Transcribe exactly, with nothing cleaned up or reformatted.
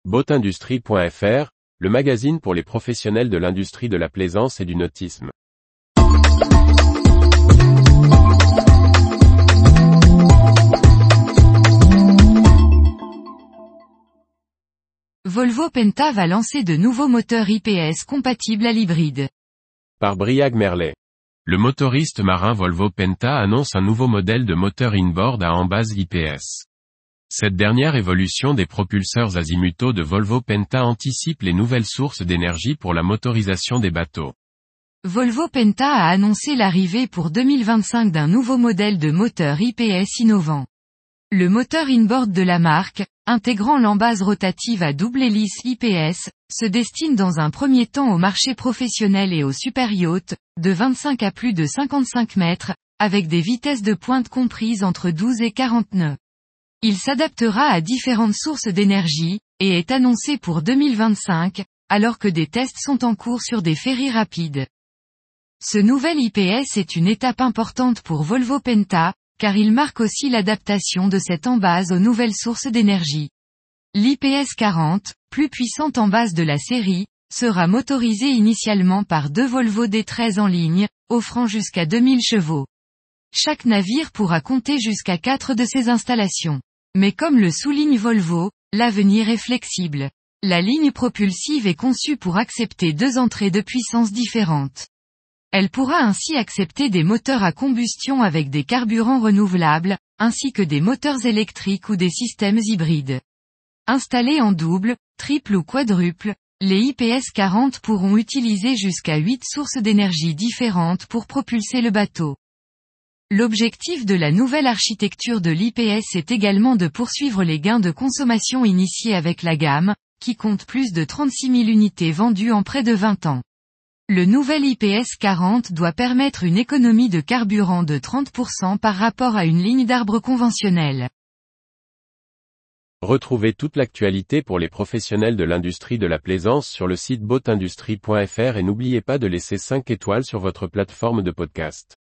Boatindustrie point F R, le magazine pour les professionnels de l'industrie de la plaisance et du nautisme. Volvo Penta va lancer de nouveaux moteurs I P S compatibles à l'hybride. Par Briag Merlet. Le motoriste marin Volvo Penta annonce un nouveau modèle de moteur inboard à embase I P S. Cette dernière évolution des propulseurs azimutaux de Volvo Penta anticipe les nouvelles sources d'énergie pour la motorisation des bateaux. Volvo Penta a annoncé l'arrivée pour deux mille vingt-cinq d'un nouveau modèle de moteur I P S innovant. Le moteur inboard de la marque, intégrant l'embase rotative à double hélice I P S, se destine dans un premier temps au marché professionnel et aux superyachts, de vingt-cinq à plus de cinquante-cinq mètres, avec des vitesses de pointe comprises entre douze et quarante nœuds. Il s'adaptera à différentes sources d'énergie, et est annoncé pour deux mille vingt-cinq, alors que des tests sont en cours sur des ferries rapides. Ce nouvel I P S est une étape importante pour Volvo Penta, car il marque aussi l'adaptation de cette embase aux nouvelles sources d'énergie. L'I P S quarante, plus puissante embase de la série, sera motorisée initialement par deux Volvo D treize en ligne, offrant jusqu'à deux mille chevaux. Chaque navire pourra compter jusqu'à quatre de ces installations. Mais comme le souligne Volvo, l'avenir est flexible. La ligne propulsive est conçue pour accepter deux entrées de puissance différentes. Elle pourra ainsi accepter des moteurs à combustion avec des carburants renouvelables, ainsi que des moteurs électriques ou des systèmes hybrides. Installés en double, triple ou quadruple, les I P S quarante pourront utiliser jusqu'à huit sources d'énergie différentes pour propulser le bateau. L'objectif de la nouvelle architecture de l'I P S est également de poursuivre les gains de consommation initiés avec la gamme, qui compte plus de trente-six mille unités vendues en près de vingt ans. Le nouvel I P S quarante doit permettre une économie de carburant de trente pour cent par rapport à une ligne d'arbre conventionnelle. Retrouvez toute l'actualité pour les professionnels de l'industrie de la plaisance sur le site boatindustrie point F R et n'oubliez pas de laisser cinq étoiles sur votre plateforme de podcast.